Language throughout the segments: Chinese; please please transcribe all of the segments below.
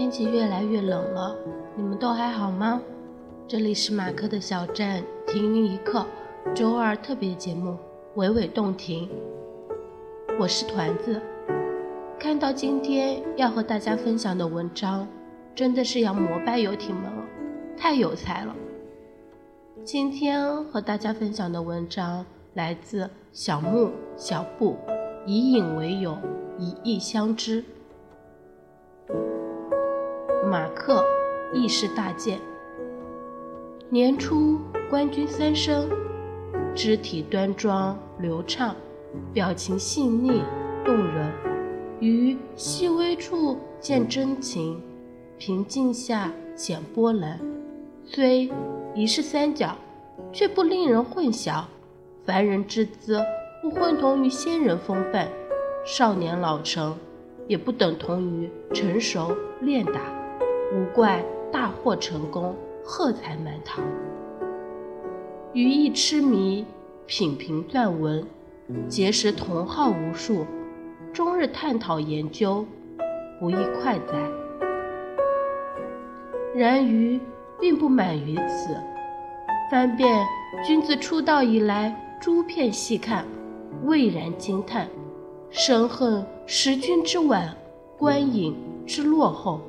天气越来越冷了，你们都还好吗？这里是马克的小站停云一刻周二特别节目娓娓动听，我是团子。看到今天要和大家分享的文章，真的是要膜拜游艇们了，太有才了。今天和大家分享的文章来自小木小布，以饮为友，以义相知。马克义士大健。年初官军三升，肢体端庄流畅，表情细腻动人，于细微处见真情，平静下显波澜。虽一是三角，却不令人混淆，凡人之姿不混同于仙人风范，少年老成也不等同于成熟练达，无怪大获成功，喝彩满堂。于亦痴迷品评撰文，结识同好无数，终日探讨研究，不亦快哉。然于并不满于此，翻遍君自出道以来诸片细看，蔚然惊叹，深恨时君之晚，观影之落后。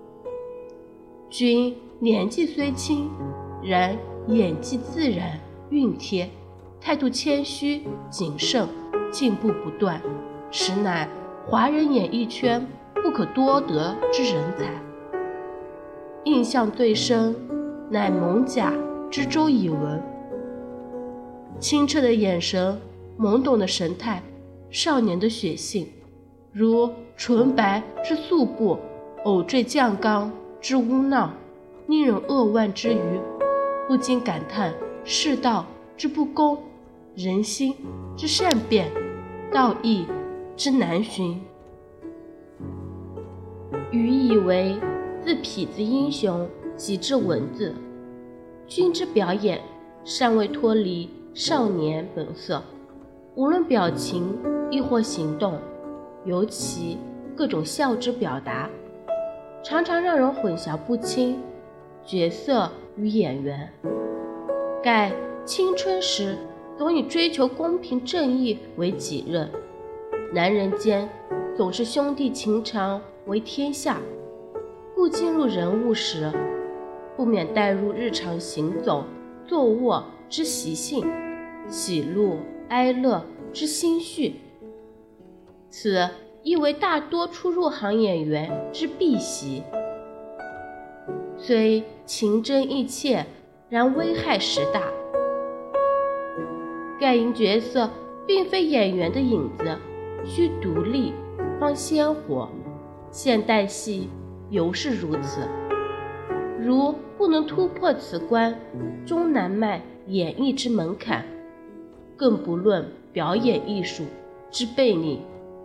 君年纪虽轻，然演技自然熨帖，态度谦虚谨慎，进步不断，实乃华人演艺圈不可多得之人才。印象最深乃蒙甲之周以文，清澈的眼神，懵懂的神态，少年的血性，如纯白之素布，偶坠酱缸之污闹，令人扼腕之余，不禁感叹世道之不公，人心之善变，道义之难寻。予以为自痞子英雄及至文字，君之表演尚未脱离少年本色，无论表情亦或行动，尤其各种笑之表达，常常让人混淆不清角色与演员。盖青春时总以追求公平正义为己任，男人间总是兄弟情长为天下，故进入人物时，不免带入日常行走坐卧之习性，喜怒哀乐之心绪，此亦为大多初入行演员之避习。虽情真意切，然危害实大。盖因角色并非演员的影子，需独立方鲜活，现代戏尤是如此。如不能突破此关，终难迈演绎之门槛，更不论表演艺术之背逆。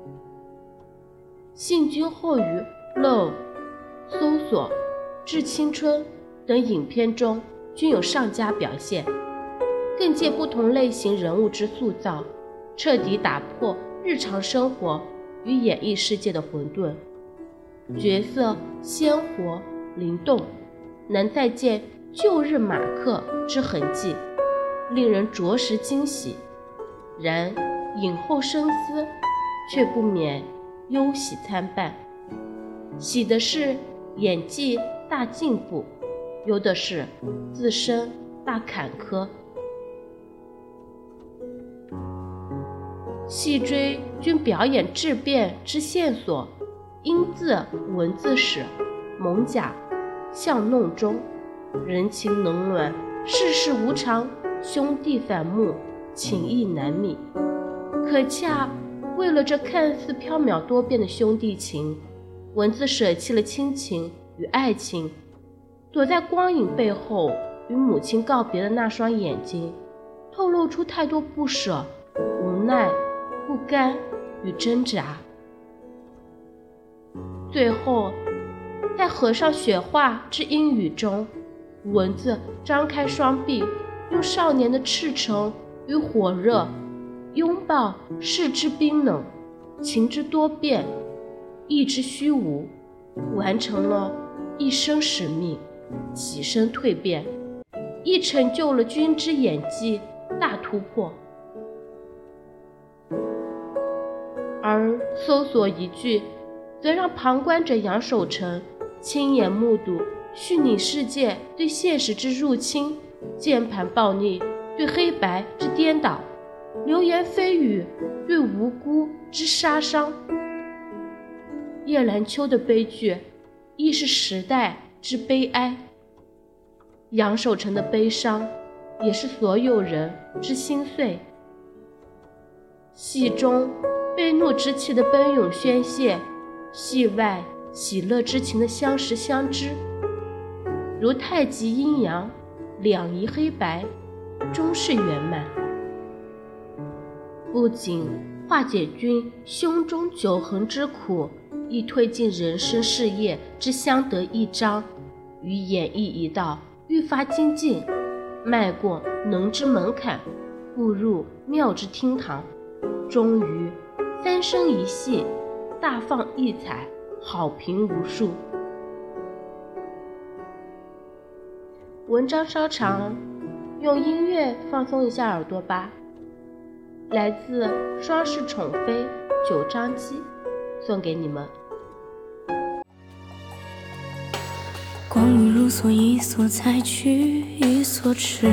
信君后于漏、搜索、致青春等影片中均有上佳表现，更借不同类型人物之塑造，彻底打破日常生活与演艺世界的混沌，角色鲜活灵动，能再见旧日马克之痕迹，令人着实惊喜。然影后深思，却不免忧喜参半。喜的是演技大进步，忧的是自身大坎坷。细追均表演质变之线索，因自文字始，蒙甲巷弄中，人情冷暖，世事无常，兄弟反目，情意难觅。可恰为了这看似缥缈多变的兄弟情，文字舍弃了亲情与爱情，躲在光影背后与母亲告别的那双眼睛，透露出太多不舍、无奈、不甘与挣扎。最后在合上雪化之阴雨中，文字张开双臂，用少年的赤诚与火热拥抱世之冰冷，情之多变，意之虚无，完成了一生使命，起身蜕变，亦成就了君之演技大突破。而搜索一句，则让旁观者杨守成亲眼目睹虚拟世界对现实之入侵，键盘暴力对黑白之颠倒，流言蜚语对无辜之杀伤。叶澜秋的悲剧亦是时代之悲哀，杨守成的悲伤也是所有人之心碎。戏中悲怒之气的奔涌宣泄，戏外喜乐之情的相识相知，如太极阴阳，两仪黑白，终是圆满。不仅化解君胸中久恒之苦，亦推进人生事业之相得益彰，与演艺一道愈发精进，迈过能之门槛，步入妙之厅堂，终于三生一戏，大放异彩，好评无数。文章稍长，用音乐放松一下耳朵吧。来自双世宠妃九张机，送给你们。 光阴如梭，一梭采取，一梭迟。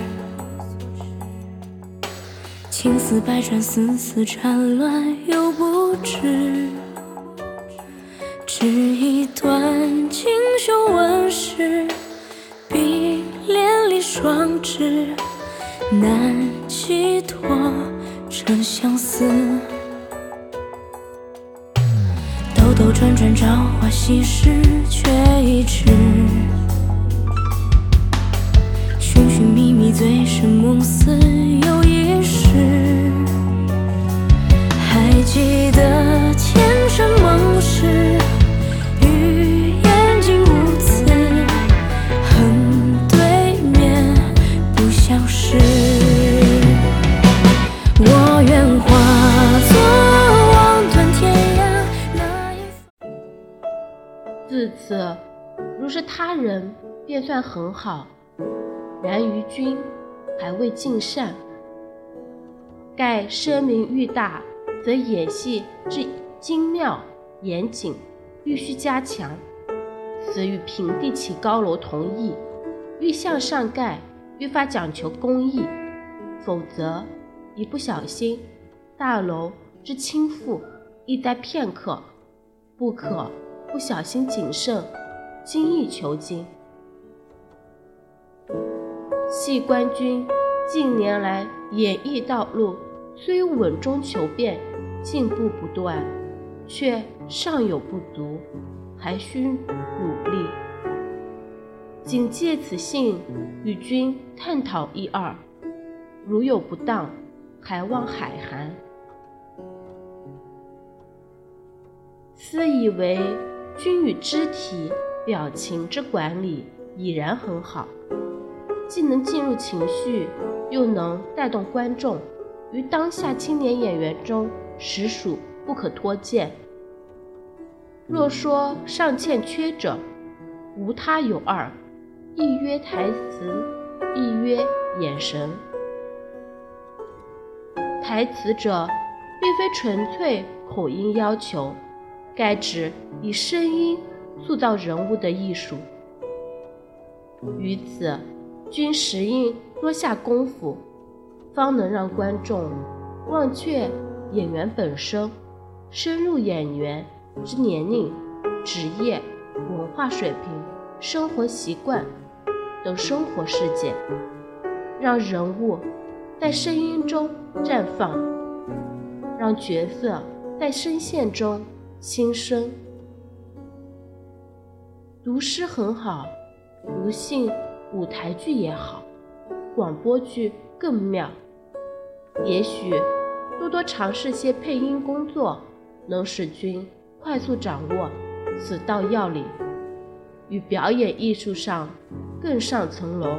情丝百转，丝丝缠乱又不知。只一段锦绣纹饰，碧连理双枝，难寄托成相思。兜兜转转，朝花夕拾，却已迟。寻寻觅觅，醉生梦死又一世。还记得前尘梦事，与眼睛无词，恨对面不相识。我愿化作望断天涯那一方。 自此，如是他人便算很好，然于君还未尽善。盖声名愈大，则演戏之精妙严谨愈需加强，此与平地起高楼同义，愈向上盖愈发讲求工艺，否则一不小心，大楼之倾覆亦待片刻，不可不小心谨慎，精益求精。戏官君近年来演艺道路虽稳中求变，进步不断，却尚有不足，还需努力。仅借此信与君探讨一二，如有不当，还望海涵。私以为君与肢体表情之管理已然很好，既能进入情绪，又能带动观众，于当下青年演员中实属不可脱荐。若说尚欠缺者，无他有二，一曰台词，一曰眼神。台词者并非纯粹口音要求，该指以声音塑造人物的艺术。于此，均实应多下功夫，方能让观众忘却演员本身，深入演员之年龄、职业、文化水平、生活习惯等生活事件，让人物在声音中绽放，让角色在声线中轻声。读诗很好，如信舞台剧也好，广播剧更妙。也许多多尝试些配音工作，能使君快速掌握此道要领，与表演艺术上更上层楼。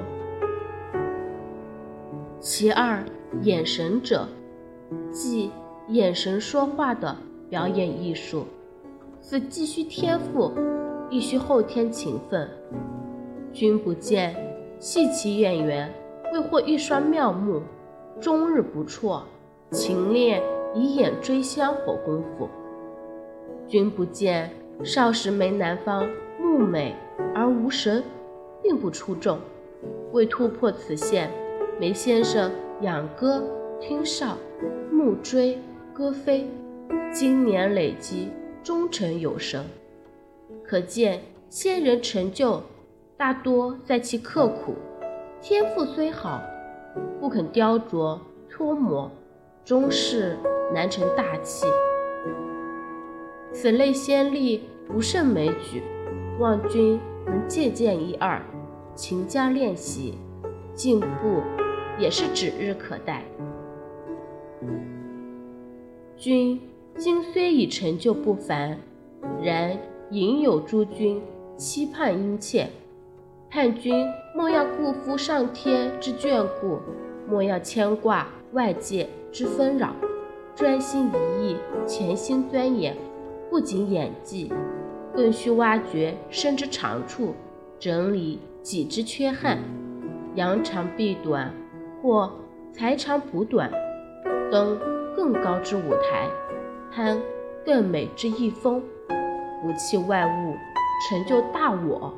其二，眼神者，即眼神说话的表演艺术，此既需天赋， 亦需后天勤奋。君不见，戏其演员，未获一双妙目，终日不辍，勤练以眼追香火功夫。君不见，少时梅南方，目美而无神，并不出众。为突破此线，梅先生养歌听哨，目追歌飞，经年累积，终成有声。可见先人成就大多在其刻苦，天赋虽好，不肯雕琢脱磨，终是难成大器。此类先例不胜枚举，望君能借鉴一二，勤加练习，进步也是指日可待。君今虽已成就不凡，然隐有诸君期盼殷切，盼君莫要辜负上天之眷顾，莫要牵挂外界之纷扰，专心一意，潜心钻研，不仅演技，更需挖掘身之长处，整理己之缺憾，扬长避短，或裁长补短，登更高之舞台，攀更美之一峰，不弃外物，成就大我。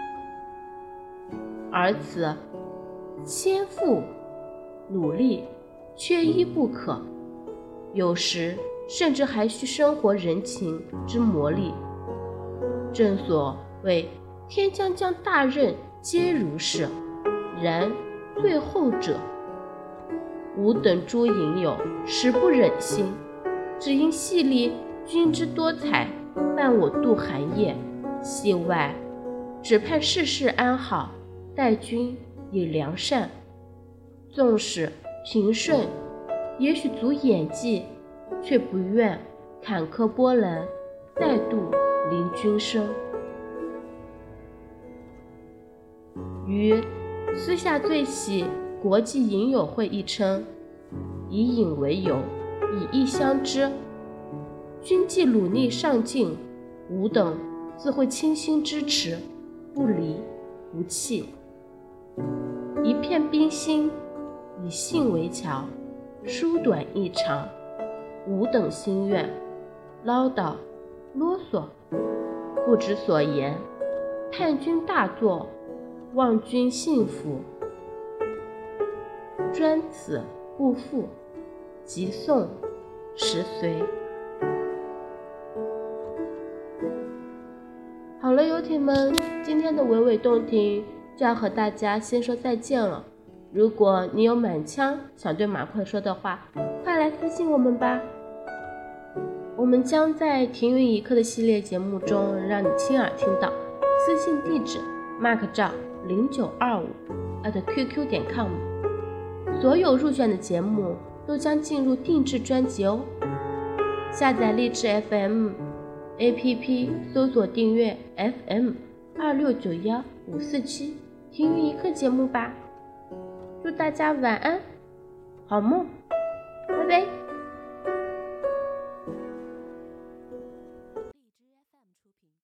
而此先赋努力缺一不可，有时甚至还需生活人情之磨砺。正所谓天将降大任皆如是，然最后者，吾等诸隐友实不忍心，只因系立君之多才，伴我度寒夜，戏外只盼世事安好，待君以良善。纵使平顺，也许足演技，却不愿坎坷波澜再度临君生。于私下最喜国际影友会一称，以影为友，以义相知。君既努力上进，吾等自会倾心支持，不离不弃。一片冰心，以信为桥，疏短易长。吾等心愿，唠叨啰嗦，不知所言，盼君大作，望君幸福。专此不负，即送时随。好了，游艇们，今天的娓娓动听就要和大家先说再见了。如果你有满腔想对马快说的话，快来私信我们吧。我们将在停云一刻的系列节目中让你亲耳听到。私信地址 mark 赵0925@qq.com， 所有入选的节目都将进入定制专辑哦。下载荔枝 FM APP， 搜索订阅 FM2691547停云一刻节目吧。祝大家晚安，好梦，拜拜。